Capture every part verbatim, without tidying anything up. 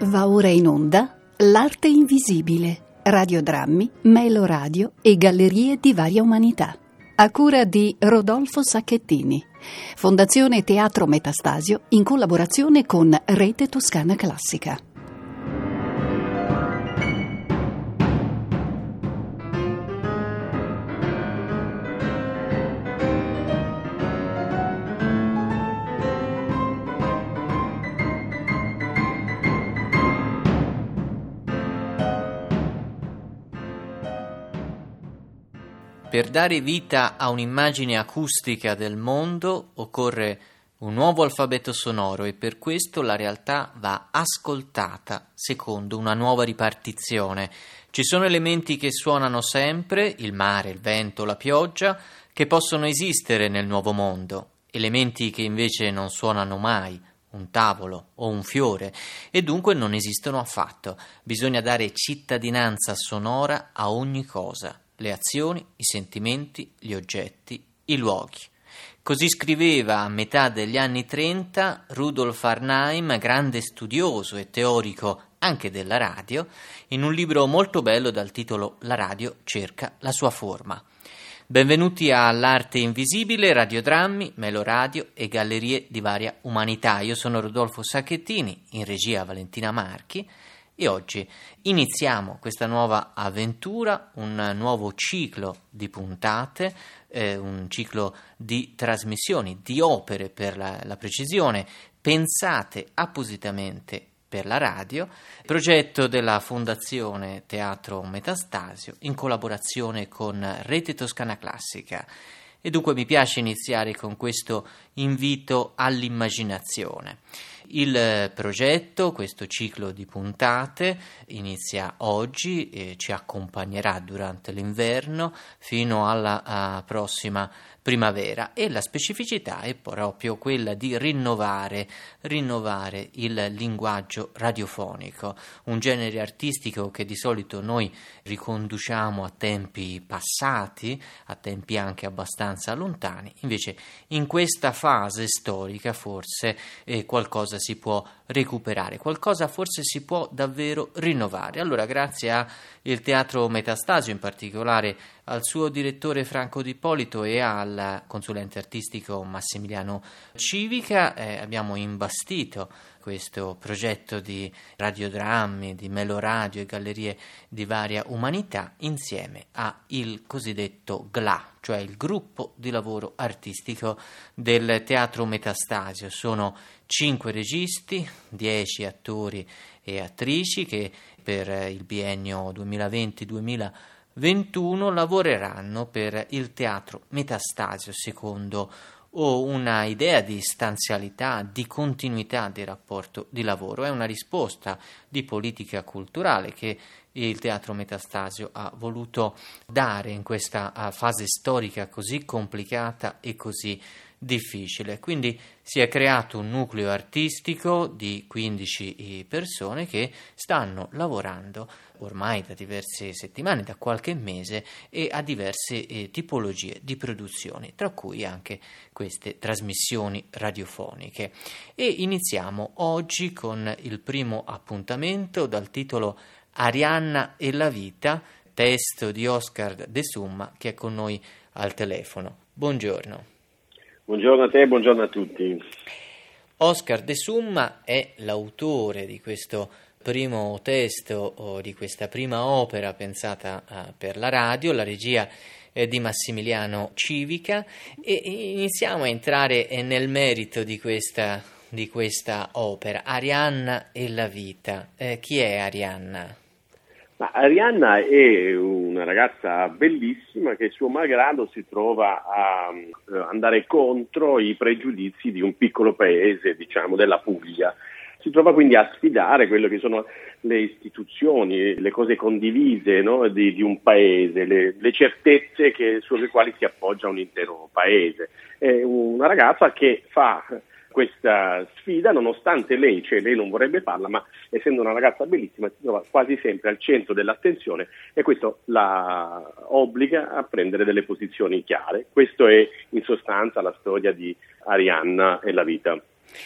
Va ora in onda L'arte invisibile, radiodrammi, meloradio e gallerie di varia umanità. A cura di Rodolfo Sacchettini. Fondazione Teatro Metastasio in collaborazione con Rete Toscana Classica. Per dare vita a un'immagine acustica del mondo occorre un nuovo alfabeto sonoro e per questo la realtà va ascoltata secondo una nuova ripartizione. Ci sono elementi che suonano sempre, il mare, il vento, la pioggia, che possono esistere nel nuovo mondo, elementi che invece non suonano mai, un tavolo o un fiore, e dunque non esistono affatto. Bisogna dare cittadinanza sonora a ogni cosa. Le azioni, i sentimenti, gli oggetti, i luoghi. Così scriveva a metà degli anni trenta Rudolf Arnheim, grande studioso e teorico anche della radio, in un libro molto bello dal titolo La radio cerca la sua forma. Benvenuti a L'arte invisibile, radiodrammi, meloradio e gallerie di varia umanità. Io sono Rodolfo Sacchettini, in regia Valentina Marchi. E oggi iniziamo questa nuova avventura, un nuovo ciclo di puntate, eh, un ciclo di trasmissioni, di opere per la, la precisione, pensate appositamente per la radio, progetto della Fondazione Teatro Metastasio in collaborazione con Rete Toscana Classica. E dunque mi piace iniziare con questo invito all'immaginazione. Il progetto, questo ciclo di puntate, inizia oggi e ci accompagnerà durante l'inverno fino alla prossima primavera e la specificità è proprio quella di rinnovare, rinnovare il linguaggio radiofonico, un genere artistico che di solito noi riconduciamo a tempi passati, a tempi anche abbastanza lontani, invece in questa fase storica forse eh, qualcosa si può recuperare, qualcosa forse si può davvero rinnovare. Allora grazie al Teatro Metastasio, in particolare al suo direttore Franco Di Ippolito e al consulente artistico Massimiliano Civica, eh, abbiamo imbastito questo progetto di radiodrammi, di meloradio e gallerie di varia umanità insieme al cosiddetto G L A, cioè il gruppo di lavoro artistico del Teatro Metastasio. Sono cinque registi, dieci attori e attrici che per il biennio duemilaventi duemilaventuno lavoreranno per il Teatro Metastasio secondo o una idea di stanzialità, di continuità del rapporto di lavoro. È una risposta di politica culturale che il Teatro Metastasio ha voluto dare in questa fase storica così complicata e così difficile. Quindi si è creato un nucleo artistico di quindici persone che stanno lavorando ormai da diverse settimane, da qualche mese, e a diverse eh, tipologie di produzioni, tra cui anche queste trasmissioni radiofoniche. E iniziamo oggi con il primo appuntamento dal titolo Arianna e la vita, testo di Oscar De Summa, che è con noi al telefono. Buongiorno. Buongiorno a te e buongiorno a tutti. Oscar De Summa è l'autore di questo primo testo o di questa prima opera pensata uh, per la radio, la regia è di Massimiliano Civica, e iniziamo a entrare nel merito di questa, di questa opera, Arianna e la vita. Eh, chi è Arianna? Ma Arianna è una ragazza bellissima che suo malgrado si trova a andare contro i pregiudizi di un piccolo paese, diciamo, della Puglia. Si trova quindi a sfidare quello che sono le istituzioni, le cose condivise, no, di, di un paese, le, le certezze che, sulle quali si appoggia un intero paese. È una ragazza che fa questa sfida nonostante lei, cioè lei non vorrebbe farla, ma essendo una ragazza bellissima si trova quasi sempre al centro dell'attenzione e questo la obbliga a prendere delle posizioni chiare. Questo è in sostanza la storia di Arianna e la vita.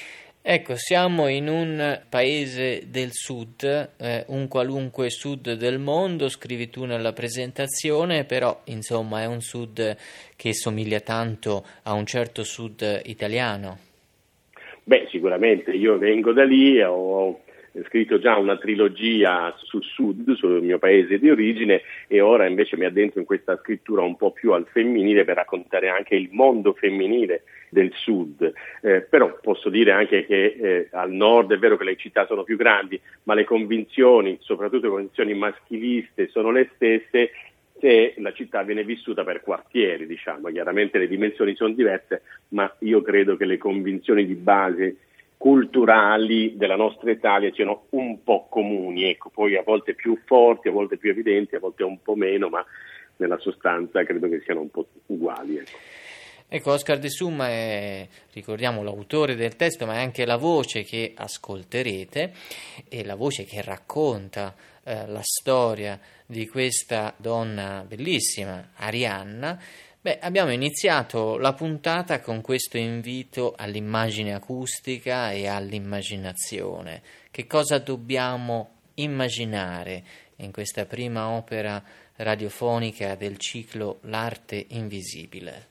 Ecco, siamo in un paese del sud, eh, un qualunque sud del mondo, scrivi tu nella presentazione, però insomma è un sud che somiglia tanto a un certo sud italiano. Beh, sicuramente, io vengo da lì, ho scritto già una trilogia sul sud, sul mio paese di origine, e ora invece mi addentro in questa scrittura un po' più al femminile per raccontare anche il mondo femminile del sud. Eh, però posso dire anche che eh, al nord è vero che le città sono più grandi, ma le convinzioni, soprattutto le convinzioni maschiliste, sono le stesse se la città viene vissuta per quartieri, diciamo. Chiaramente le dimensioni sono diverse, ma io credo che le convinzioni di base culturali della nostra Italia siano un po' comuni, ecco, poi a volte più forti, a volte più evidenti, a volte un po' meno, ma nella sostanza credo che siano un po' uguali, ecco. Ecco, Oscar De Summa è, ricordiamo, l'autore del testo, ma è anche la voce che ascolterete, e la voce che racconta eh, la storia di questa donna bellissima, Arianna. Beh, abbiamo iniziato la puntata con questo invito all'immagine acustica e all'immaginazione. Che cosa dobbiamo immaginare in questa prima opera radiofonica del ciclo L'arte invisibile?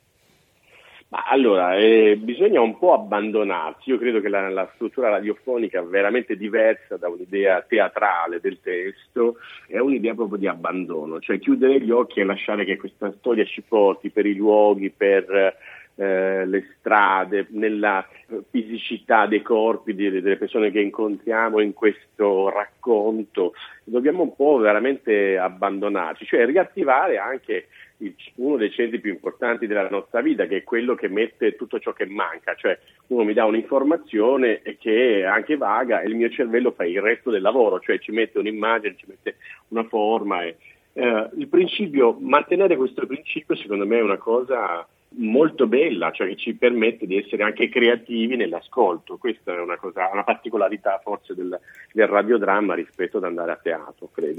Ma allora, eh, bisogna un po' abbandonarsi. Io credo che la, la struttura radiofonica è veramente diversa da un'idea teatrale del testo, è un'idea proprio di abbandono, cioè chiudere gli occhi e lasciare che questa storia ci porti per i luoghi, per eh, le strade, nella fisicità dei corpi di, delle persone che incontriamo in questo racconto. Dobbiamo un po' veramente abbandonarci, cioè riattivare anche uno dei centri più importanti della nostra vita, che è quello che mette tutto ciò che manca, cioè uno mi dà un'informazione che è anche vaga e il mio cervello fa il resto del lavoro, cioè ci mette un'immagine, ci mette una forma. E, eh, il principio, mantenere questo principio secondo me è una cosa molto bella, cioè che ci permette di essere anche creativi nell'ascolto. Questa è una cosa, una particolarità forse del, del radiodramma rispetto ad andare a teatro, credo.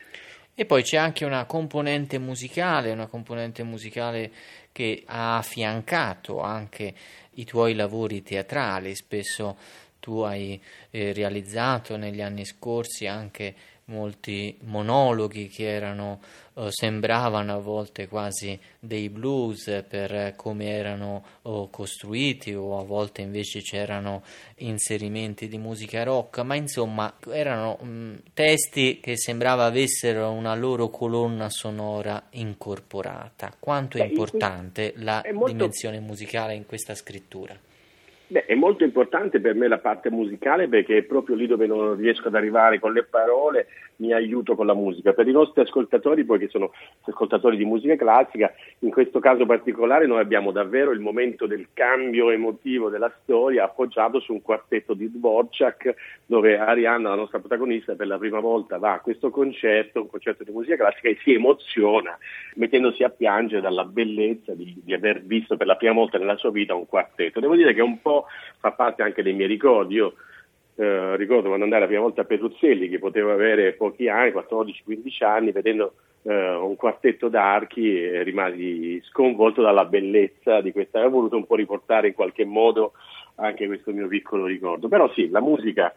E poi c'è anche una componente musicale, una componente musicale che ha affiancato anche i tuoi lavori teatrali. Spesso tu hai eh, realizzato negli anni scorsi anche molti monologhi che erano eh, sembravano a volte quasi dei blues per come erano oh, costruiti, o a volte invece c'erano inserimenti di musica rock, ma insomma erano mh, testi che sembrava avessero una loro colonna sonora incorporata. Quanto è Beh, importante la è molto... dimensione musicale in questa scrittura? Beh, è molto importante per me la parte musicale, perché è proprio lì dove non riesco ad arrivare con le parole, mi aiuto con la musica. Per i nostri ascoltatori, poi che sono ascoltatori di musica classica, in questo caso particolare noi abbiamo davvero il momento del cambio emotivo della storia appoggiato su un quartetto di Dvorak, dove Arianna, la nostra protagonista, per la prima volta va a questo concerto, un concerto di musica classica, e si emoziona, mettendosi a piangere dalla bellezza di, di aver visto per la prima volta nella sua vita un quartetto. Devo dire che un po' fa parte anche dei miei ricordi. Io eh, ricordo quando andai la prima volta a Petruzzelli, che potevo avere pochi anni, quattordici quindici anni, vedendo eh, un quartetto d'archi, e rimasi sconvolto dalla bellezza di questa. Ho voluto un po' riportare in qualche modo anche questo mio piccolo ricordo. Però sì, la musica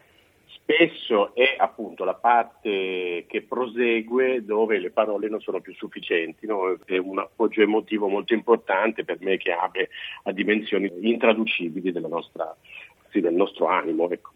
spesso è appunto la parte che prosegue dove le parole non sono più sufficienti, no? È un appoggio emotivo molto importante per me, che apre a dimensioni intraducibili della nostra, sì, del nostro animo. Ecco,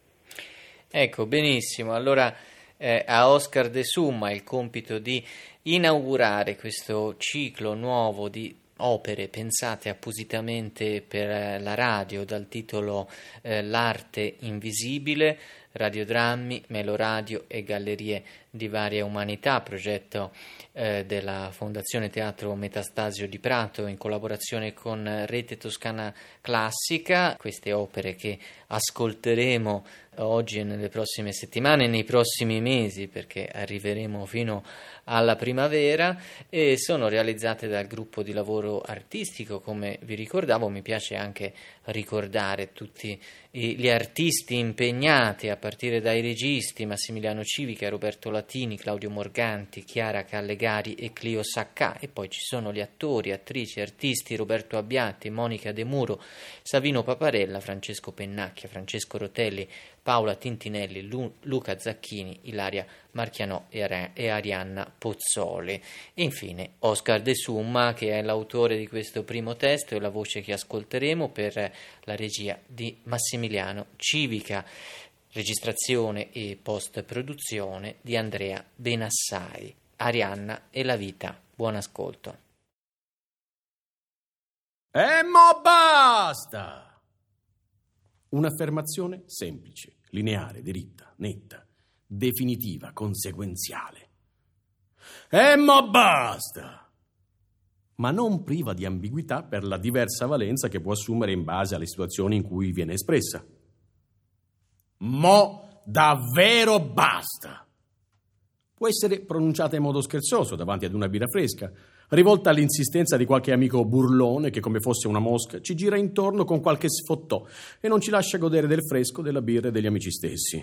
ecco benissimo. Allora eh, a Oscar De Summa il compito di inaugurare questo ciclo nuovo di opere pensate appositamente per la radio dal titolo eh, L'arte invisibile, radiodrammi, meloradio e gallerie di varia umanità, progetto eh, della Fondazione Teatro Metastasio di Prato in collaborazione con Rete Toscana Classica. Queste opere che ascolteremo oggi e nelle prossime settimane, nei prossimi mesi, perché arriveremo fino alla primavera, e sono realizzate dal gruppo di lavoro artistico. Come vi ricordavo, mi piace anche ricordare tutti gli artisti impegnati a partire dai registi Massimiliano Civica, Roberto Latini, Claudio Morganti, Chiara Callegari e Clio Saccà, e poi ci sono gli attori, attrici, artisti Roberto Abbiati, Monica De Muro, Savino Paparella, Francesco Pennacchia, Francesco Rotelli, Paola Tintinelli, Lu- Luca Zacchini, Ilaria Marchianò e, Ari- e Arianna Pozzoli. E infine Oscar De Summa, che è l'autore di questo primo testo e la voce che ascolteremo, per la regia di Massimiliano Civica, registrazione e post-produzione di Andrea Benassai. Arianna e la vita. Buon ascolto. E mo basta! Un'affermazione semplice, lineare, diritta, netta, definitiva, conseguenziale. E mo basta! Ma non priva di ambiguità per la diversa valenza che può assumere in base alle situazioni in cui viene espressa. Mo davvero basta! Può essere pronunciata in modo scherzoso davanti ad una birra fresca, rivolta all'insistenza di qualche amico burlone che, come fosse una mosca, ci gira intorno con qualche sfottò e non ci lascia godere del fresco della birra e degli amici stessi.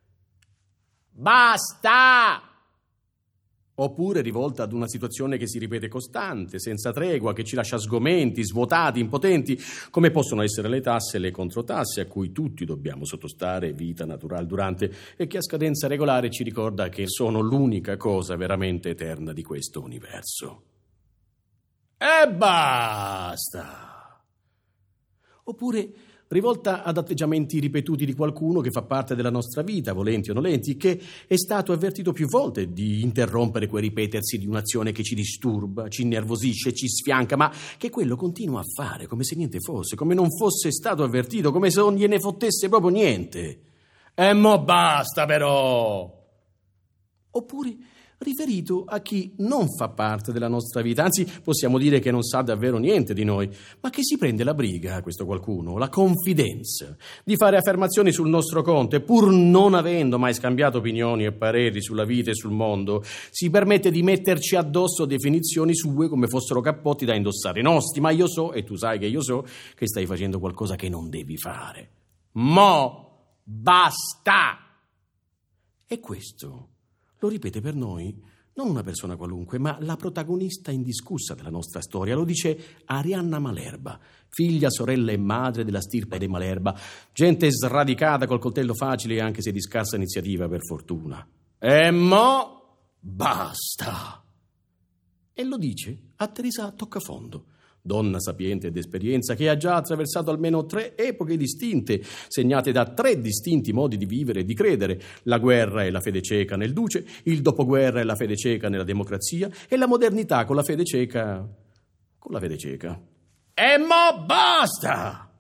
Basta! Oppure rivolta ad una situazione che si ripete costante, senza tregua, che ci lascia sgomenti, svuotati, impotenti, come possono essere le tasse e le controtasse a cui tutti dobbiamo sottostare vita naturale durante e che a scadenza regolare ci ricorda che sono l'unica cosa veramente eterna di questo universo. E basta! Oppure rivolta ad atteggiamenti ripetuti di qualcuno che fa parte della nostra vita, volenti o nolenti, che è stato avvertito più volte di interrompere quel ripetersi di un'azione che ci disturba, ci innervosisce, ci sfianca, ma che quello continua a fare come se niente fosse, come non fosse stato avvertito, come se non gliene fottesse proprio niente. E mo basta però! Oppure riferito a chi non fa parte della nostra vita, anzi possiamo dire che non sa davvero niente di noi, ma che si prende la briga, questo qualcuno, la confidenza, di fare affermazioni sul nostro conto e, pur non avendo mai scambiato opinioni e pareri sulla vita e sul mondo, si permette di metterci addosso definizioni sue come fossero cappotti da indossare nostri. Ma io so, e tu sai che io so, che stai facendo qualcosa che non devi fare. Mo basta! E questo lo ripete per noi non una persona qualunque, ma la protagonista indiscussa della nostra storia. Lo dice Arianna Malerba, figlia, sorella e madre della stirpe dei Malerba, gente sradicata col coltello facile anche se di scarsa iniziativa, per fortuna. E mo basta! E lo dice a Teresa Toccafondo, donna sapiente ed esperienza che ha già attraversato almeno tre epoche distinte, segnate da tre distinti modi di vivere e di credere: la guerra e la fede cieca nel duce, il dopoguerra e la fede cieca nella democrazia, e la modernità con la fede cieca con la fede cieca. E mo basta!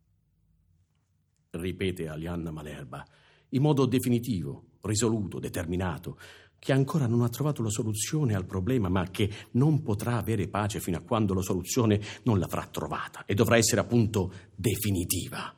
Ripete Arianna Malerba in modo definitivo, risoluto, determinato, che ancora non ha trovato la soluzione al problema, ma che non potrà avere pace fino a quando la soluzione non l'avrà trovata, e dovrà essere appunto definitiva.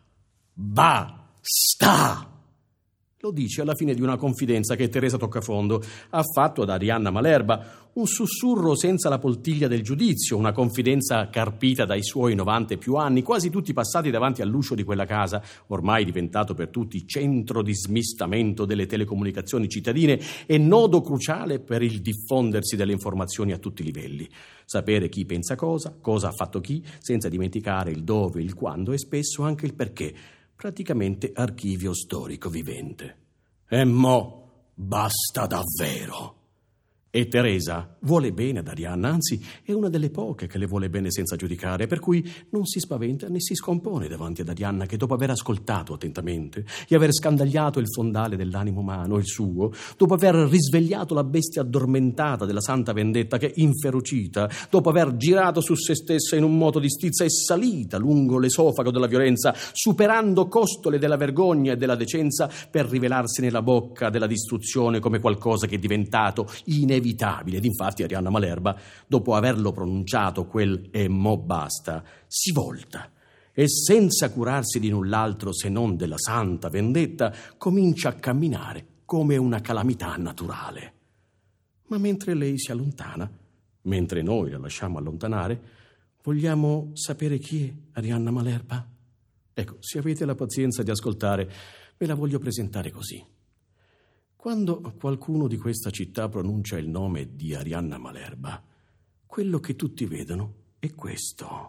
Basta! Lo dice alla fine di una confidenza che Teresa Toccafondo ha fatto ad Arianna Malerba, un sussurro senza la poltiglia del giudizio, una confidenza carpita dai suoi novanta e più anni, quasi tutti passati davanti all'uscio di quella casa, ormai diventato per tutti centro di smistamento delle telecomunicazioni cittadine e nodo cruciale per il diffondersi delle informazioni a tutti i livelli. Sapere chi pensa cosa, cosa ha fatto chi, senza dimenticare il dove, il quando e spesso anche il perché. Praticamente archivio storico vivente. E mo basta davvero! E Teresa vuole bene ad Arianna, anzi è una delle poche che le vuole bene senza giudicare, per cui non si spaventa né si scompone davanti ad Arianna, che dopo aver ascoltato attentamente e aver scandagliato il fondale dell'animo umano, il suo, dopo aver risvegliato la bestia addormentata della santa vendetta che, inferocita, dopo aver girato su se stessa in un moto di stizza, è salita lungo l'esofago della violenza, superando costole della vergogna e della decenza, per rivelarsi nella bocca della distruzione come qualcosa che è diventato inevitabile. Ed infatti Arianna Malerba, dopo averlo pronunciato quel e mo basta, si volta e, senza curarsi di null'altro se non della santa vendetta, comincia a camminare come una calamità naturale. Ma mentre lei si allontana, mentre noi la lasciamo allontanare, vogliamo sapere chi è Arianna Malerba? Ecco, se avete la pazienza di ascoltare, Ve la voglio presentare così. Quando qualcuno di questa città pronuncia il nome di Arianna Malerba, quello che tutti vedono è questo.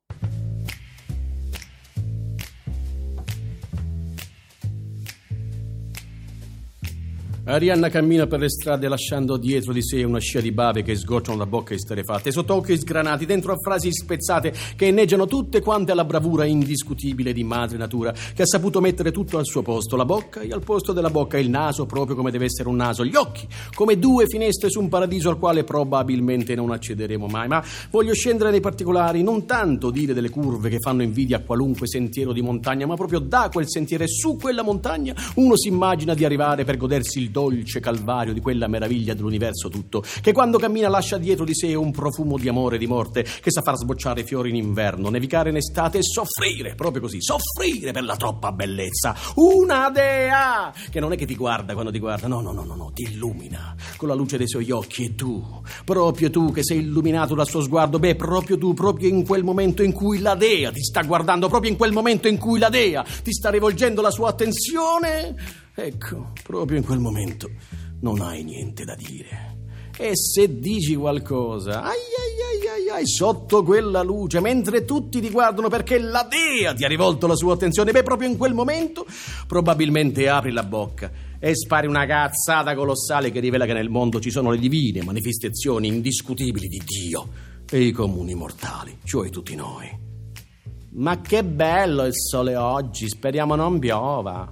Arianna cammina per le strade lasciando dietro di sé una scia di bave che sgocciano la bocca esterrefatte, sotto occhi sgranati, dentro a frasi spezzate che inneggiano tutte quante alla bravura indiscutibile di madre natura, che ha saputo mettere tutto al suo posto, la bocca e al posto della bocca, il naso proprio come deve essere un naso, gli occhi come due finestre su un paradiso al quale probabilmente non accederemo mai. Ma voglio scendere nei particolari, non tanto dire delle curve che fanno invidia a qualunque sentiero di montagna, ma proprio da quel sentiero e su quella montagna uno si immagina di arrivare per godersi il dolce calvario di quella meraviglia dell'universo tutto, che quando cammina lascia dietro di sé un profumo di amore e di morte, che sa far sbocciare fiori in inverno, nevicare in estate e soffrire, proprio così, soffrire per la troppa bellezza. Una dea che non è che ti guarda quando ti guarda, no, no, no, no, no, ti illumina con la luce dei suoi occhi, e tu, proprio tu che sei illuminato dal suo sguardo, beh, proprio tu, proprio in quel momento in cui la dea ti sta guardando, proprio in quel momento in cui la dea ti sta rivolgendo la sua attenzione, ecco, proprio in quel momento non hai niente da dire. E se dici qualcosa, ai ai ai ai ai, sotto quella luce, mentre tutti ti guardano perché la dea ti ha rivolto la sua attenzione, beh, proprio in quel momento probabilmente apri la bocca e spari una cazzata colossale che rivela che nel mondo ci sono le divine manifestazioni indiscutibili di Dio e i comuni mortali, cioè tutti noi. Ma che bello il sole oggi, speriamo non piova.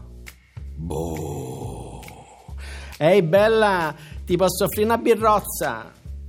Boh. Ehi bella, ti posso offrire una birrozza?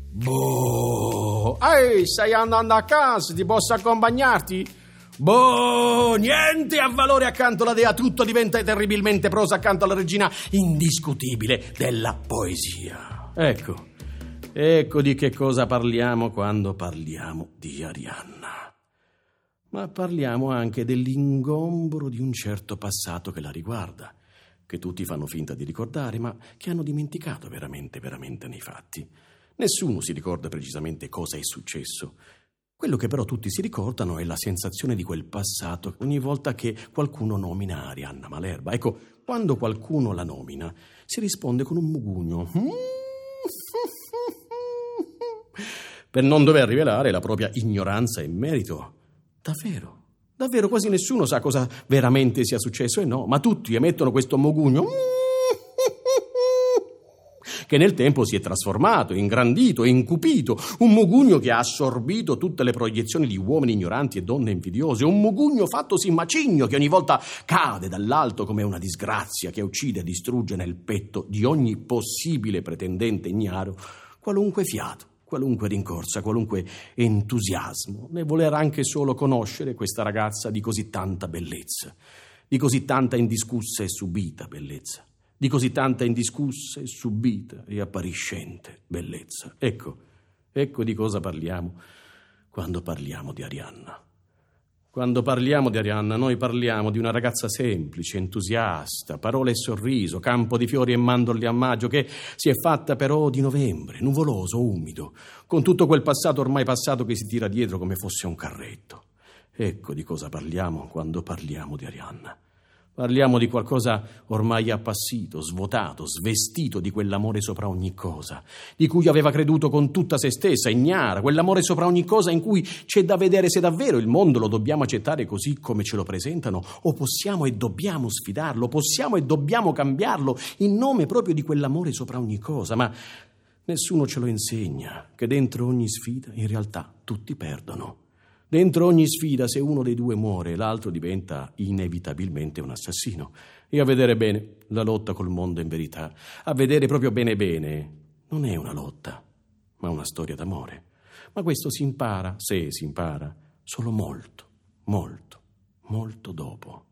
Boh. Ehi, stai andando a casa, ti posso accompagnarti? Boh, niente ha valore accanto alla dea, tutto diventa terribilmente prosa accanto alla regina indiscutibile della poesia. Ecco, ecco di che cosa parliamo quando parliamo di Arianna. Ma parliamo anche dell'ingombro di un certo passato che la riguarda, che tutti fanno finta di ricordare, ma che hanno dimenticato veramente, veramente nei fatti. Nessuno si ricorda precisamente cosa è successo. Quello che però tutti si ricordano è la sensazione di quel passato ogni volta che qualcuno nomina Arianna Malerba. Ecco, quando qualcuno la nomina, si risponde con un mugugno per non dover rivelare la propria ignoranza in merito. Davvero? Davvero quasi nessuno sa cosa veramente sia successo, e no, ma tutti emettono questo mugugno che nel tempo si è trasformato, ingrandito, incupito, un mugugno che ha assorbito tutte le proiezioni di uomini ignoranti e donne invidiose, un mugugno fattosi macigno che ogni volta cade dall'alto come una disgrazia che uccide e distrugge nel petto di ogni possibile pretendente ignaro qualunque fiato, qualunque rincorsa, qualunque entusiasmo nel voler anche solo conoscere questa ragazza di così tanta bellezza, di così tanta indiscussa e subita bellezza, di così tanta indiscussa e subita e appariscente bellezza. Ecco, ecco di cosa parliamo quando parliamo di Arianna. Quando parliamo di Arianna, noi parliamo di una ragazza semplice, entusiasta, parole e sorriso, campo di fiori e mandorli a maggio, che si è fatta però di novembre, nuvoloso, umido, con tutto quel passato ormai passato che si tira dietro come fosse un carretto. Ecco di cosa parliamo quando parliamo di Arianna. Parliamo di qualcosa ormai appassito, svuotato, svestito di quell'amore sopra ogni cosa, di cui aveva creduto con tutta se stessa, ignara, quell'amore sopra ogni cosa in cui c'è da vedere se davvero il mondo lo dobbiamo accettare così come ce lo presentano, o possiamo e dobbiamo sfidarlo, possiamo e dobbiamo cambiarlo in nome proprio di quell'amore sopra ogni cosa. Ma nessuno ce lo insegna, che dentro ogni sfida in realtà tutti perdono. Dentro ogni sfida, se uno dei due muore, l'altro diventa inevitabilmente un assassino. E a vedere bene, la lotta col mondo in verità, a vedere proprio bene bene, non è una lotta, ma una storia d'amore. Ma questo si impara, se si impara, solo molto, molto, molto dopo.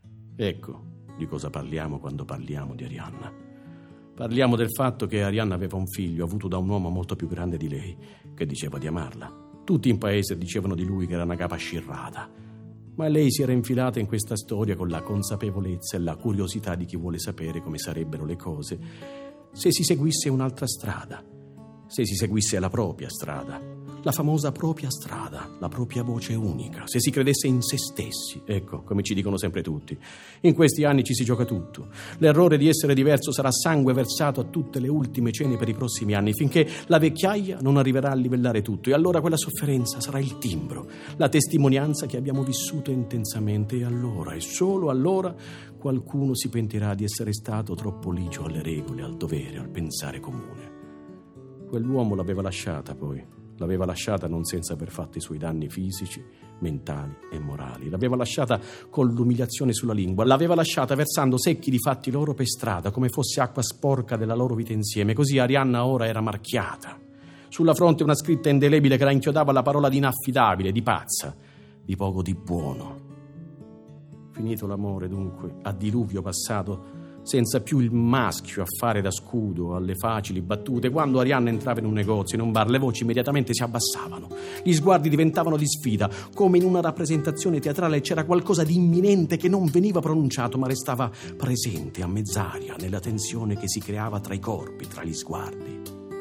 Ecco di cosa parliamo quando parliamo di Arianna. Parliamo del fatto che Arianna aveva un figlio avuto da un uomo molto più grande di lei, che diceva di amarla. Tutti in paese dicevano di lui che era una capa scirrata, ma lei si era infilata in questa storia con la consapevolezza e la curiosità di chi vuole sapere come sarebbero le cose se si seguisse un'altra strada, se si seguisse la propria strada, la famosa propria strada, la propria voce unica, se si credesse in se stessi, ecco, come ci dicono sempre tutti. In questi anni ci si gioca tutto. L'errore di essere diverso sarà sangue versato a tutte le ultime cene per i prossimi anni, finché la vecchiaia non arriverà a livellare tutto, e allora quella sofferenza sarà il timbro, la testimonianza che abbiamo vissuto intensamente, e allora, e solo allora, qualcuno si pentirà di essere stato troppo ligio alle regole, al dovere, al pensare comune. Quell'uomo l'aveva lasciata poi. L'aveva lasciata non senza aver fatto i suoi danni fisici, mentali e morali. L'aveva lasciata con l'umiliazione sulla lingua. L'aveva lasciata versando secchi di fatti loro per strada, come fosse acqua sporca della loro vita insieme. Così Arianna ora era marchiata. Sulla fronte una scritta indelebile che la inchiodava alla parola di inaffidabile, di pazza, di poco di buono. Finito l'amore, dunque, a diluvio passato, senza più il maschio a fare da scudo alle facili battute, quando Arianna entrava in un negozio, in un bar, le voci immediatamente si abbassavano, gli sguardi diventavano di sfida, come in una rappresentazione teatrale c'era qualcosa di imminente che non veniva pronunciato ma restava presente a mezz'aria nella tensione che si creava tra i corpi, tra gli sguardi.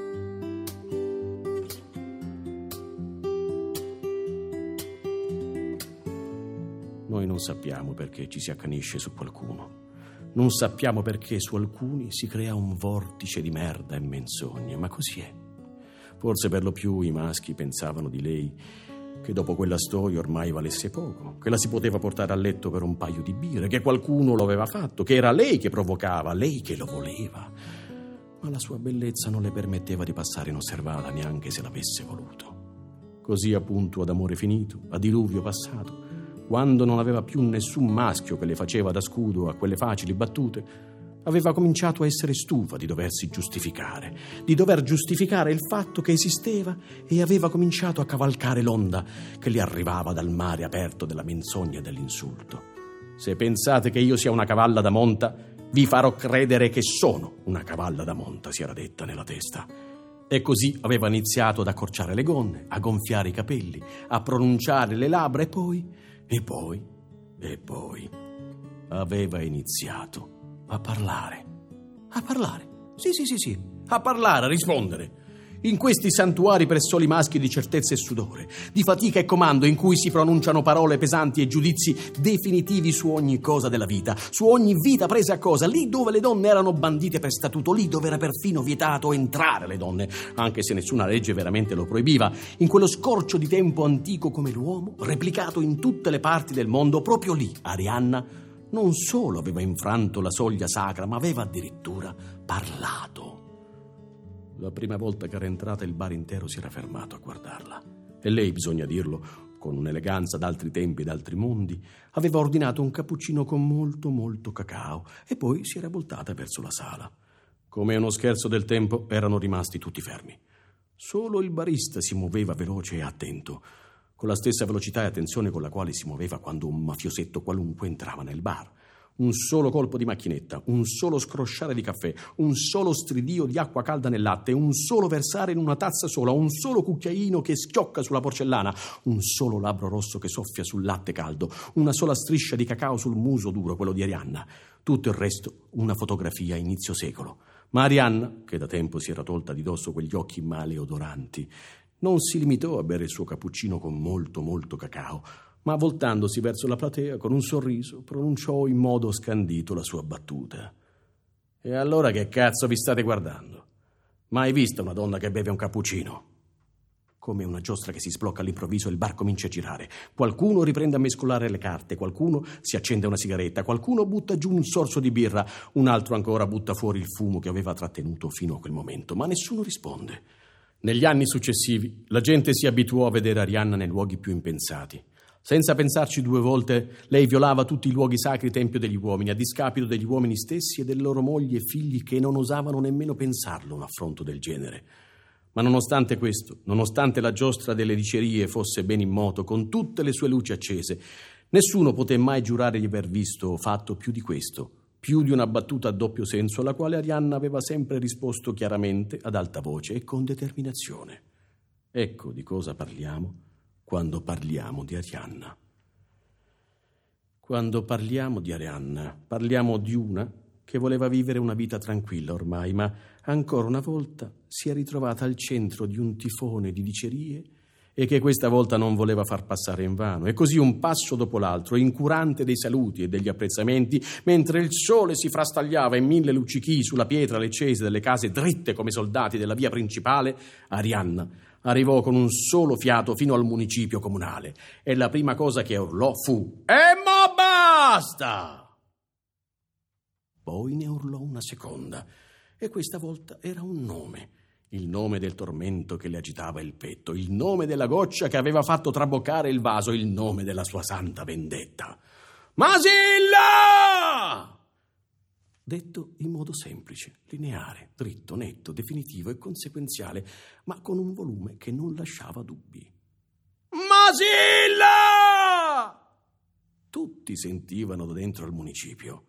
Noi non sappiamo perché ci si accanisce su qualcuno. Non sappiamo perché su alcuni si crea un vortice di merda e menzogne, ma così è. Forse per lo più i maschi pensavano di lei che dopo quella storia ormai valesse poco, che la si poteva portare a letto per un paio di birre, che qualcuno lo aveva fatto, che era lei che provocava, lei che lo voleva. Ma la sua bellezza non le permetteva di passare inosservata neanche se l'avesse voluto. Così appunto ad amore finito, a diluvio passato, quando non aveva più nessun maschio che le faceva da scudo a quelle facili battute, aveva cominciato a essere stufa di doversi giustificare, di dover giustificare il fatto che esisteva, e aveva cominciato a cavalcare l'onda che le arrivava dal mare aperto della menzogna e dell'insulto. Se pensate che io sia una cavalla da monta, vi farò credere che sono una cavalla da monta, si era detta nella testa. E così aveva iniziato ad accorciare le gonne, a gonfiare i capelli, a pronunciare le labbra, e poi... E poi, e poi, aveva iniziato a parlare. A parlare? Sì, sì, sì, sì, a parlare, a rispondere. In questi santuari per soli maschi di certezza e sudore, di fatica e comando, in cui si pronunciano parole pesanti e giudizi definitivi su ogni cosa della vita, su ogni vita presa a cosa, lì dove le donne erano bandite per statuto, lì dove era perfino vietato entrare le donne, anche se nessuna legge veramente lo proibiva, in quello scorcio di tempo antico come l'uomo, replicato in tutte le parti del mondo, proprio lì Arianna non solo aveva infranto la soglia sacra, ma aveva addirittura parlato. La prima volta che era entrata il bar intero si era fermato a guardarla. E lei, bisogna dirlo, con un'eleganza d'altri tempi e d'altri mondi, aveva ordinato un cappuccino con molto molto cacao e poi si era voltata verso la sala. Come uno scherzo del tempo erano rimasti tutti fermi. Solo il barista si muoveva veloce e attento, con la stessa velocità e attenzione con la quale si muoveva quando un mafiosetto qualunque entrava nel bar. Un solo colpo di macchinetta, un solo scrosciare di caffè, un solo stridio di acqua calda nel latte, un solo versare in una tazza sola, un solo cucchiaino che schiocca sulla porcellana, un solo labbro rosso che soffia sul latte caldo, una sola striscia di cacao sul muso duro, quello di Arianna. Tutto il resto una fotografia a inizio secolo. Ma Arianna, che da tempo si era tolta di dosso quegli occhi maleodoranti, non si limitò a bere il suo cappuccino con molto molto cacao, ma voltandosi verso la platea con un sorriso pronunciò in modo scandito la sua battuta. E allora che cazzo vi state guardando? Mai vista una donna che beve un cappuccino? Come una giostra che si sblocca all'improvviso, il bar comincia a girare. Qualcuno riprende a mescolare le carte, qualcuno si accende una sigaretta, qualcuno butta giù un sorso di birra, un altro ancora butta fuori il fumo che aveva trattenuto fino a quel momento, ma nessuno risponde. Negli anni successivi la gente si abituò a vedere Arianna nei luoghi più impensati. Senza pensarci due volte, lei violava tutti i luoghi sacri tempio degli uomini, a discapito degli uomini stessi e delle loro mogli e figli che non osavano nemmeno pensarlo un affronto del genere. Ma nonostante questo, nonostante la giostra delle dicerie fosse ben in moto, con tutte le sue luci accese, nessuno poté mai giurare di aver visto o fatto più di questo, più di una battuta a doppio senso alla quale Arianna aveva sempre risposto chiaramente, ad alta voce e con determinazione. Ecco di cosa parliamo quando parliamo di Arianna. Quando parliamo di Arianna, parliamo di una che voleva vivere una vita tranquilla ormai, ma ancora una volta si è ritrovata al centro di un tifone di dicerie e che questa volta non voleva far passare invano. E così un passo dopo l'altro, incurante dei saluti e degli apprezzamenti, mentre il sole si frastagliava in mille luccichii sulla pietra leccese delle case dritte come soldati della via principale, Arianna arrivò con un solo fiato fino al municipio comunale e la prima cosa che urlò fu: «E mo basta!» Poi ne urlò una seconda e questa volta era un nome. Il nome del tormento che le agitava il petto, il nome della goccia che aveva fatto traboccare il vaso, il nome della sua santa vendetta. «Masilla!» Detto in modo semplice, lineare, dritto, netto, definitivo e conseguenziale, ma con un volume che non lasciava dubbi. «Masilla!» Tutti sentivano da dentro il municipio.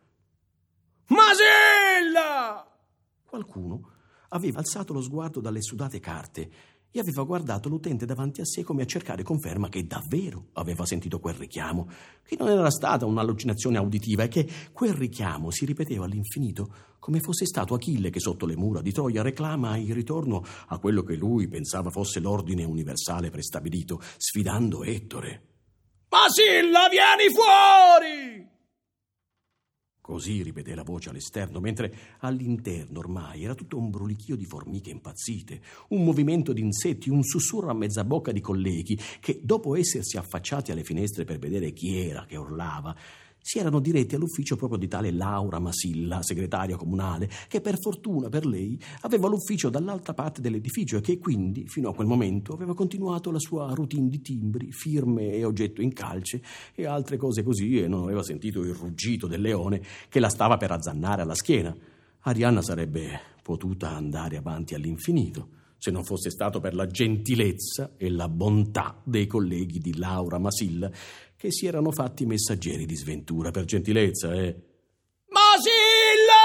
«Masilla!» Qualcuno aveva alzato lo sguardo dalle sudate carte e aveva guardato l'utente davanti a sé come a cercare conferma che davvero aveva sentito quel richiamo, che non era stata un'allucinazione uditiva e che quel richiamo si ripeteva all'infinito come fosse stato Achille che sotto le mura di Troia reclama il ritorno a quello che lui pensava fosse l'ordine universale prestabilito, sfidando Ettore. «Masilla, vieni fuori!» Così ripeté la voce all'esterno, mentre all'interno ormai era tutto un brulichio di formiche impazzite, un movimento di insetti, un sussurro a mezza bocca di colleghi che, dopo essersi affacciati alle finestre per vedere chi era che urlava, si erano diretti all'ufficio proprio di tale Laura Masilla, segretaria comunale, che per fortuna per lei aveva l'ufficio dall'altra parte dell'edificio e che quindi, fino a quel momento, aveva continuato la sua routine di timbri, firme e oggetto in calce e altre cose così e non aveva sentito il ruggito del leone che la stava per azzannare alla schiena. Arianna sarebbe potuta andare avanti all'infinito se non fosse stato per la gentilezza e la bontà dei colleghi di Laura Masilla che si erano fatti messaggeri di sventura. Per gentilezza, eh. «Masilla!»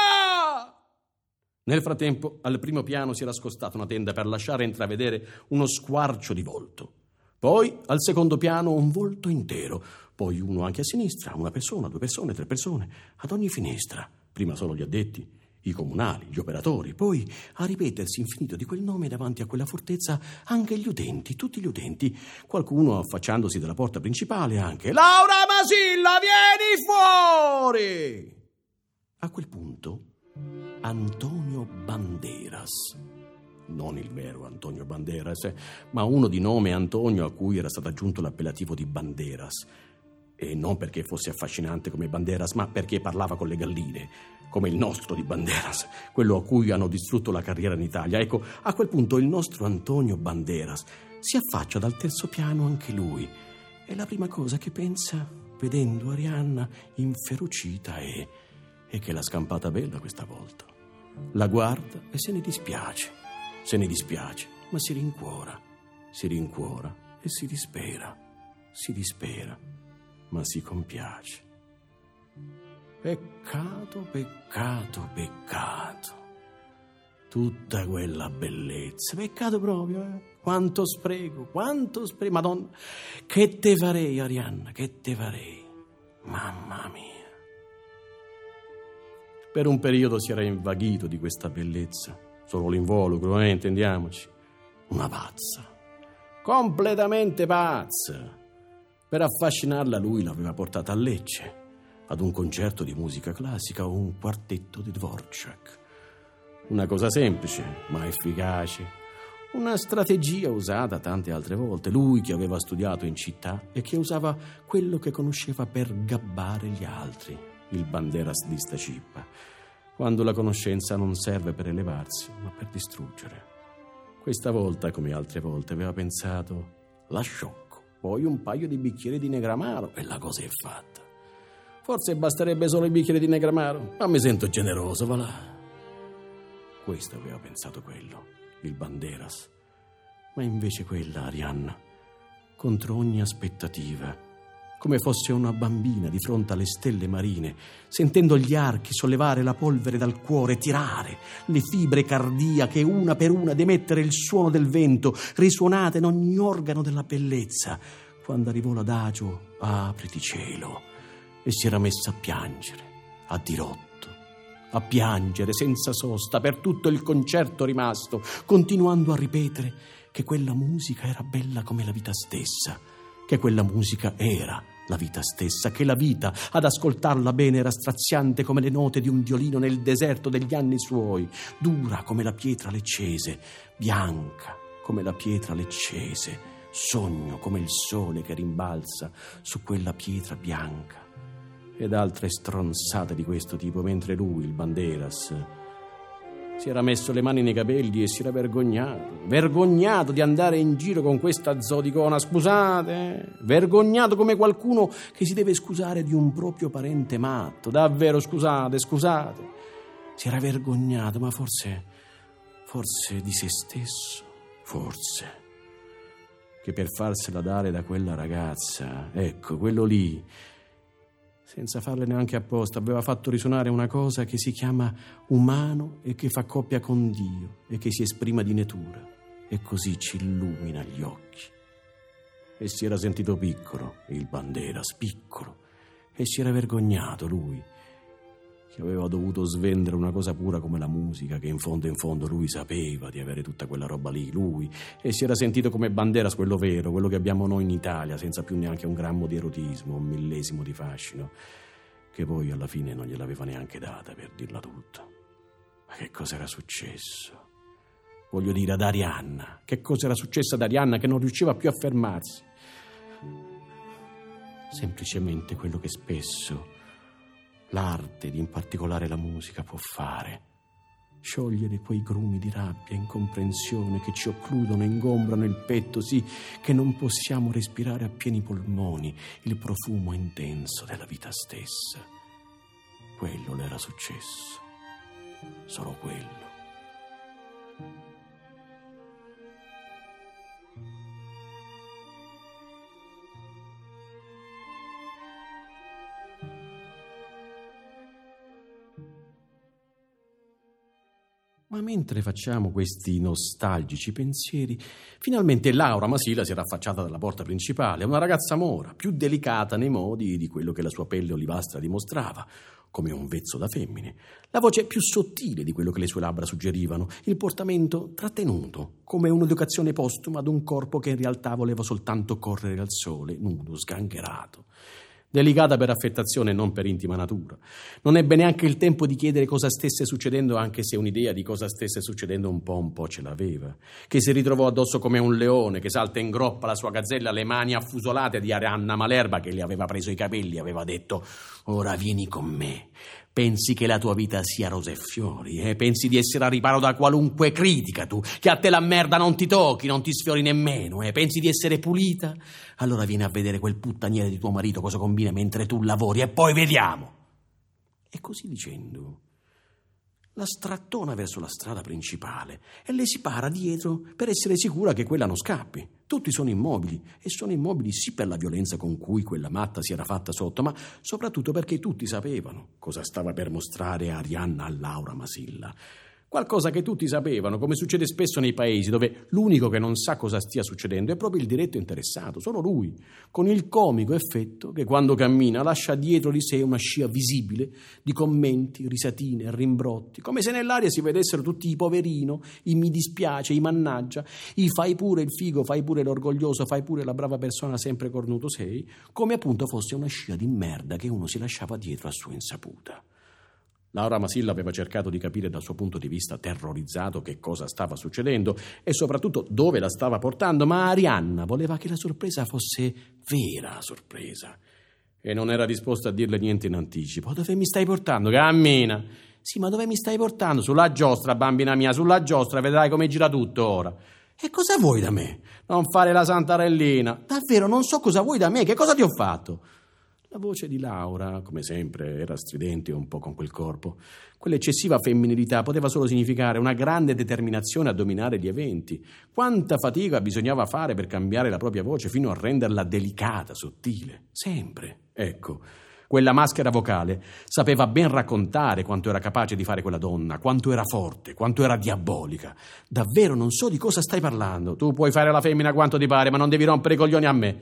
Nel frattempo, al primo piano si era scostata una tenda per lasciare intravedere uno squarcio di volto. Poi, al secondo piano, un volto intero. Poi uno anche a sinistra, una persona, due persone, tre persone, ad ogni finestra. Prima solo gli addetti, i comunali, gli operatori, poi a ripetersi infinito di quel nome davanti a quella fortezza anche gli utenti, tutti gli utenti, qualcuno affacciandosi dalla porta principale anche. «Laura Masilla, vieni fuori!» A quel punto Antonio Banderas, non il vero Antonio Banderas, ma uno di nome Antonio a cui era stato aggiunto l'appellativo di Banderas, e non perché fosse affascinante come Banderas, ma perché parlava con le galline, come il nostro di Banderas, quello a cui hanno distrutto la carriera in Italia. Ecco, a quel punto il nostro Antonio Banderas si affaccia dal terzo piano anche lui, e la prima cosa che pensa, vedendo Arianna inferocita, è, è che l'ha scampata bella questa volta. La guarda e se ne dispiace, se ne dispiace, ma si rincuora, si rincuora e si dispera, si dispera, ma si compiace. Peccato, peccato, peccato. Tutta quella bellezza, peccato proprio, eh? Quanto spreco, quanto spreco, Madonna. Che te farei, Arianna, che te farei? Mamma mia. Per un periodo si era invaghito di questa bellezza, solo l'involucro, eh, intendiamoci. Una pazza, completamente pazza. Per affascinarla lui l'aveva portata a Lecce, ad un concerto di musica classica o un quartetto di Dvorak. Una cosa semplice, ma efficace. Una strategia usata tante altre volte. Lui che aveva studiato in città e che usava quello che conosceva per gabbare gli altri, il Banderas di sta cippa, quando la conoscenza non serve per elevarsi, ma per distruggere. Questa volta, come altre volte, aveva pensato: la sciocco, poi un paio di bicchieri di Negramaro e la cosa è fatta. Forse basterebbe solo i bicchieri di Negramaro, ma mi sento generoso, va là. Questo aveva pensato quello, il Banderas. Ma invece quella, Arianna, contro ogni aspettativa, come fosse una bambina di fronte alle stelle marine, sentendo gli archi sollevare la polvere dal cuore, tirare le fibre cardiache una per una, ed emettere il suono del vento, risuonate in ogni organo della bellezza, quando arrivò l'adagio «Apriti cielo», e si era messa a piangere, a dirotto, a piangere senza sosta per tutto il concerto rimasto, continuando a ripetere che quella musica era bella come la vita stessa, che quella musica era la vita stessa, che la vita, ad ascoltarla bene, era straziante come le note di un violino nel deserto degli anni suoi, dura come la pietra leccese, bianca come la pietra leccese, sogno come il sole che rimbalza su quella pietra bianca, ed altre stronzate di questo tipo, mentre lui, il Banderas, si era messo le mani nei capelli e si era vergognato, vergognato di andare in giro con questa zodicona, scusate, vergognato come qualcuno che si deve scusare di un proprio parente matto, davvero, scusate, scusate, si era vergognato, ma forse, forse di se stesso, forse, che per farsela dare da quella ragazza, ecco, quello lì, senza farle neanche apposta, aveva fatto risuonare una cosa che si chiama umano e che fa coppia con Dio e che si esprima di natura e così ci illumina gli occhi. E si era sentito piccolo, il Banderas, piccolo, e si era vergognato lui, che aveva dovuto svendere una cosa pura come la musica, che in fondo in fondo lui sapeva di avere tutta quella roba lì, lui, e si era sentito come Banderas, quello vero, quello che abbiamo noi in Italia, senza più neanche un grammo di erotismo, un millesimo di fascino, che poi alla fine non gliel'aveva neanche data, per dirla tutta. Ma che cosa era successo? Voglio dire, ad Arianna, che cosa era successo ad Arianna che non riusciva più a fermarsi? Semplicemente quello che spesso l'arte, ed in particolare la musica, può fare: sciogliere quei grumi di rabbia e incomprensione che ci occludono e ingombrano il petto, sì che non possiamo respirare a pieni polmoni il profumo intenso della vita stessa. Quello le era successo, solo quello. Ma mentre facciamo questi nostalgici pensieri, finalmente Laura Masilla si era affacciata dalla porta principale, una ragazza mora, più delicata nei modi di quello che la sua pelle olivastra dimostrava, come un vezzo da femmine, la voce più sottile di quello che le sue labbra suggerivano, il portamento trattenuto, come un'educazione postuma ad un corpo che in realtà voleva soltanto correre al sole, nudo, sgangherato. Delicata per affettazione e non per intima natura. Non ebbe neanche il tempo di chiedere cosa stesse succedendo, anche se un'idea di cosa stesse succedendo un po' un po' ce l'aveva. Che si ritrovò addosso come un leone, che salta in groppa la sua gazzella, le mani affusolate di Arianna Malerba, che le aveva preso i capelli e aveva detto: ora vieni con me. Pensi che la tua vita sia rose e fiori, eh? Pensi di essere a riparo da qualunque critica tu, che a te la merda non ti tocchi, non ti sfiori nemmeno, eh? Pensi di essere pulita? Allora vieni a vedere quel puttaniere di tuo marito cosa combina mentre tu lavori e poi vediamo. E così dicendo la strattona verso la strada principale e le si para dietro per essere sicura che quella non scappi. Tutti sono immobili, e sono immobili sì per la violenza con cui quella matta si era fatta sotto, ma soprattutto perché tutti sapevano cosa stava per mostrare Arianna a Laura Masilla. Qualcosa che tutti sapevano, come succede spesso nei paesi dove l'unico che non sa cosa stia succedendo è proprio il diretto interessato, solo lui, con il comico effetto che quando cammina lascia dietro di sé una scia visibile di commenti, risatine, rimbrotti, come se nell'aria si vedessero tutti i poverino, i mi dispiace, i mannaggia, i fai pure il figo, fai pure l'orgoglioso, fai pure la brava persona sempre cornuto sei, come appunto fosse una scia di merda che uno si lasciava dietro a sua insaputa. Laura Masilla aveva cercato di capire dal suo punto di vista terrorizzato che cosa stava succedendo e soprattutto dove la stava portando, ma Arianna voleva che la sorpresa fosse vera sorpresa e non era disposta a dirle niente in anticipo. Dove mi stai portando? Cammina! Sì, ma dove mi stai portando? Sulla giostra, bambina mia, sulla giostra, vedrai come gira tutto ora. E cosa vuoi da me? Non fare la santarellina. Davvero, non so cosa vuoi da me, che cosa ti ho fatto? La voce di Laura, come sempre, era stridente un po' con quel corpo. Quell'eccessiva femminilità poteva solo significare una grande determinazione a dominare gli eventi. Quanta fatica bisognava fare per cambiare la propria voce fino a renderla delicata, sottile. Sempre. Ecco, quella maschera vocale sapeva ben raccontare quanto era capace di fare quella donna, quanto era forte, quanto era diabolica. Davvero non so di cosa stai parlando. Tu puoi fare la femmina quanto ti pare, ma non devi rompere i coglioni a me.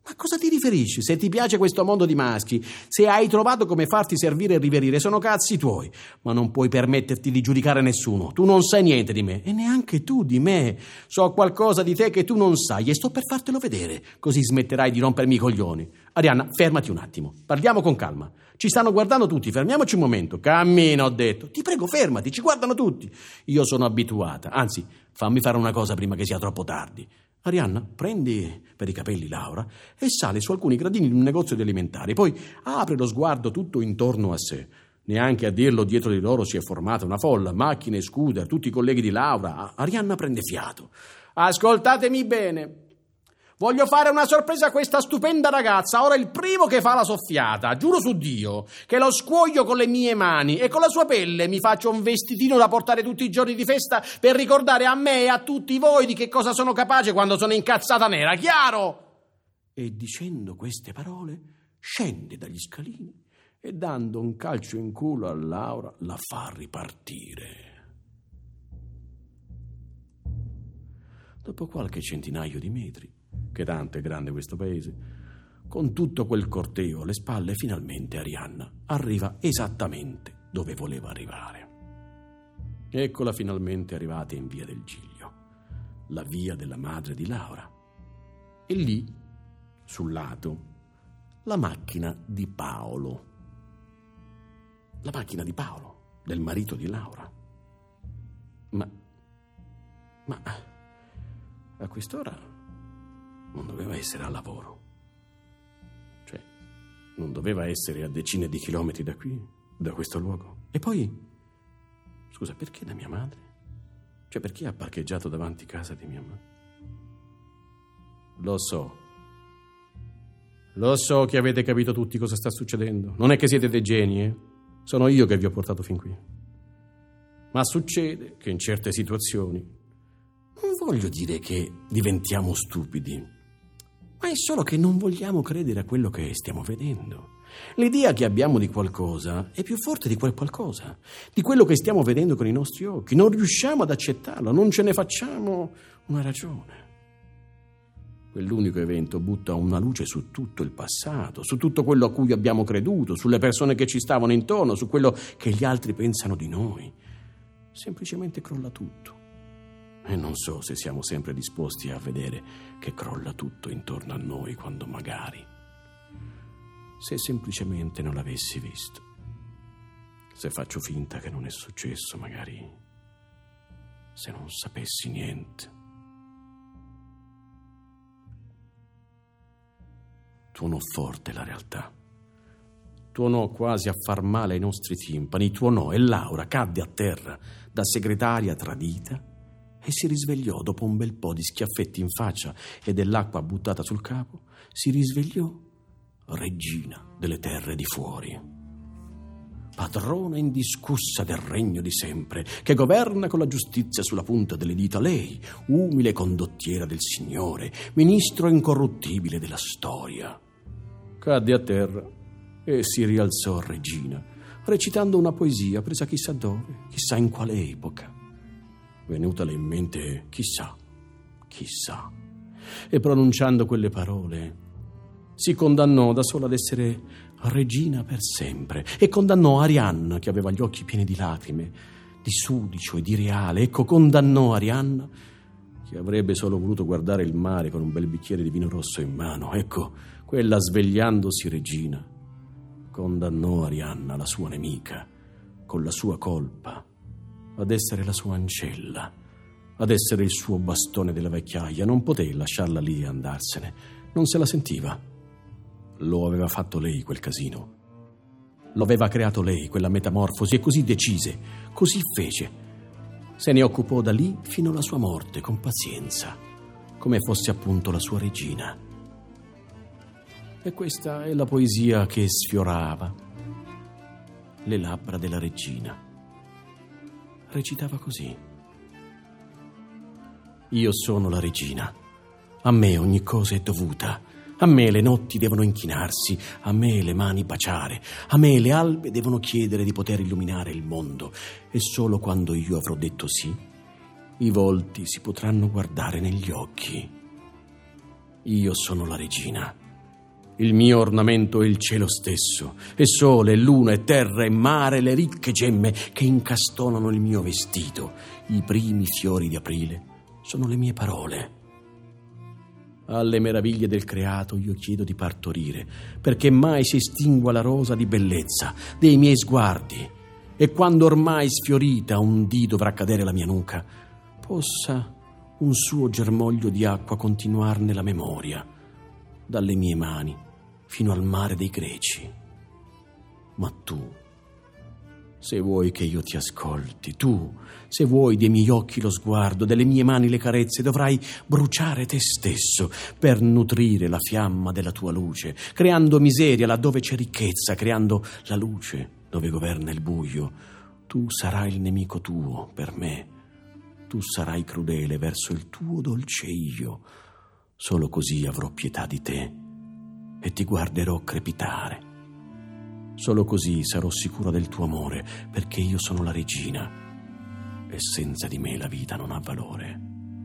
Ma cosa ti riferisci? Se ti piace questo mondo di maschi, se hai trovato come farti servire e riverire, sono cazzi tuoi. Ma non puoi permetterti di giudicare nessuno. Tu non sai niente di me, e neanche tu di me. So qualcosa di te che tu non sai e sto per fartelo vedere, così smetterai di rompermi i coglioni. Arianna, fermati un attimo, parliamo con calma. Ci stanno guardando tutti, fermiamoci un momento. Cammina, ho detto. Ti prego, fermati, ci guardano tutti. Io sono abituata, anzi, fammi fare una cosa prima che sia troppo tardi. Arianna, prendi per i capelli Laura e sale su alcuni gradini di un negozio di alimentari, poi apre lo sguardo tutto intorno a sé. Neanche a dirlo, dietro di loro si è formata una folla, macchine, scooter, tutti i colleghi di Laura. Arianna prende fiato. Ascoltatemi bene. Voglio fare una sorpresa a questa stupenda ragazza. Ora il primo che fa la soffiata, giuro su Dio, che lo scuoio con le mie mani e con la sua pelle mi faccio un vestitino da portare tutti i giorni di festa per ricordare a me e a tutti voi di che cosa sono capace quando sono incazzata nera, chiaro? E dicendo queste parole scende dagli scalini e dando un calcio in culo a Laura la fa ripartire. Dopo qualche centinaio di metri, che tanto è grande questo paese, con tutto quel corteo alle spalle, finalmente Arianna arriva esattamente dove voleva arrivare. Eccola finalmente arrivata in via del Giglio, la via della madre di Laura. E lì, sul lato, la macchina di Paolo. La macchina di Paolo, del marito di Laura. Ma, ma, a quest'ora non doveva essere al lavoro. Cioè, non doveva essere a decine di chilometri da qui, da questo luogo. E poi, scusa, perché da mia madre? Cioè, perché ha parcheggiato davanti casa di mia madre? Lo so. Lo so che avete capito tutti cosa sta succedendo. Non è che siete dei geni, eh? Sono io che vi ho portato fin qui. Ma succede che in certe situazioni, non voglio dire che diventiamo stupidi, ma è solo che non vogliamo credere a quello che stiamo vedendo. L'idea che abbiamo di qualcosa è più forte di quel qualcosa, di quello che stiamo vedendo con i nostri occhi. Non riusciamo ad accettarlo, non ce ne facciamo una ragione. Quell'unico evento butta una luce su tutto il passato, su tutto quello a cui abbiamo creduto, sulle persone che ci stavano intorno, su quello che gli altri pensano di noi. Semplicemente crolla tutto. E non so se siamo sempre disposti a vedere che crolla tutto intorno a noi quando magari, se semplicemente non l'avessi visto, se faccio finta che non è successo, magari, se non sapessi niente. Tuonò forte la realtà. Tuonò quasi a far male ai nostri timpani. Tuonò e Laura cadde a terra da segretaria tradita e si risvegliò dopo un bel po' di schiaffetti in faccia e dell'acqua buttata sul capo. Si risvegliò regina delle terre di fuori, padrona indiscussa del regno di sempre, che governa con la giustizia sulla punta delle dita. Lei, umile condottiera del Signore, ministro incorruttibile della storia. Cadde a terra e si rialzò regina, recitando una poesia presa chissà dove, chissà in quale epoca. Venutale in mente chissà, chissà. E pronunciando quelle parole si condannò da sola ad essere regina per sempre, e condannò Arianna, che aveva gli occhi pieni di lacrime, di sudicio e di reale. Ecco, condannò Arianna, che avrebbe solo voluto guardare il mare con un bel bicchiere di vino rosso in mano. Ecco, quella svegliandosi regina condannò Arianna, la sua nemica, con la sua colpa, ad essere la sua ancella, ad essere il suo bastone della vecchiaia. Non poté lasciarla lì e andarsene, non se la sentiva. Lo aveva fatto lei quel casino, lo aveva creato lei quella metamorfosi, e così decise, così fece. Se ne occupò da lì fino alla sua morte, con pazienza, come fosse appunto la sua regina. E questa è la poesia che sfiorava le labbra della regina. Recitava così: io sono la regina, a me ogni cosa è dovuta, a me le notti devono inchinarsi, a me le mani baciare, a me le albe devono chiedere di poter illuminare il mondo, e solo quando io avrò detto sì, i volti si potranno guardare negli occhi. Io sono la regina, Il mio ornamento è il cielo stesso, e sole, e luna, e terra, e mare, le ricche gemme che incastonano il mio vestito. I primi fiori di aprile sono le mie parole. Alle meraviglie del creato io chiedo di partorire, perché mai si estingua la rosa di bellezza dei miei sguardi, e quando ormai sfiorita un dì dovrà cadere la mia nuca, possa un suo germoglio di acqua continuarne la memoria, dalle mie mani fino al mare dei Greci. Ma tu, se vuoi che io ti ascolti, tu, se vuoi dei miei occhi lo sguardo, delle mie mani le carezze, dovrai bruciare te stesso per nutrire la fiamma della tua luce, creando miseria laddove c'è ricchezza, creando la luce dove governa il buio. Tu sarai il nemico tuo per me, tu sarai crudele verso il tuo dolce io. Solo così avrò pietà di te e ti guarderò crepitare. Solo così sarò sicuro del tuo amore, perché io sono la regina e senza di me la vita non ha valore.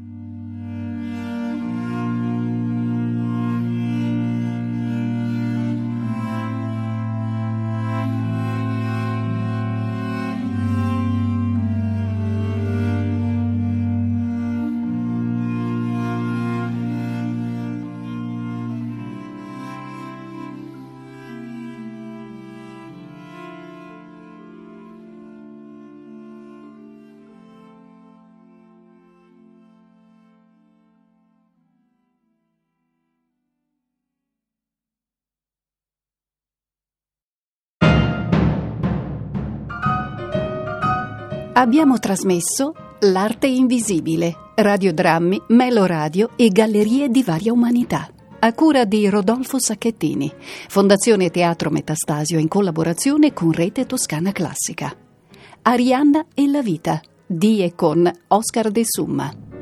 Abbiamo trasmesso L'arte invisibile, radiodrammi, Meloradio e gallerie di varia umanità, a cura di Rodolfo Sacchettini, Fondazione Teatro Metastasio in collaborazione con Rete Toscana Classica. Arianna e la vita, di e con Oscar De Summa.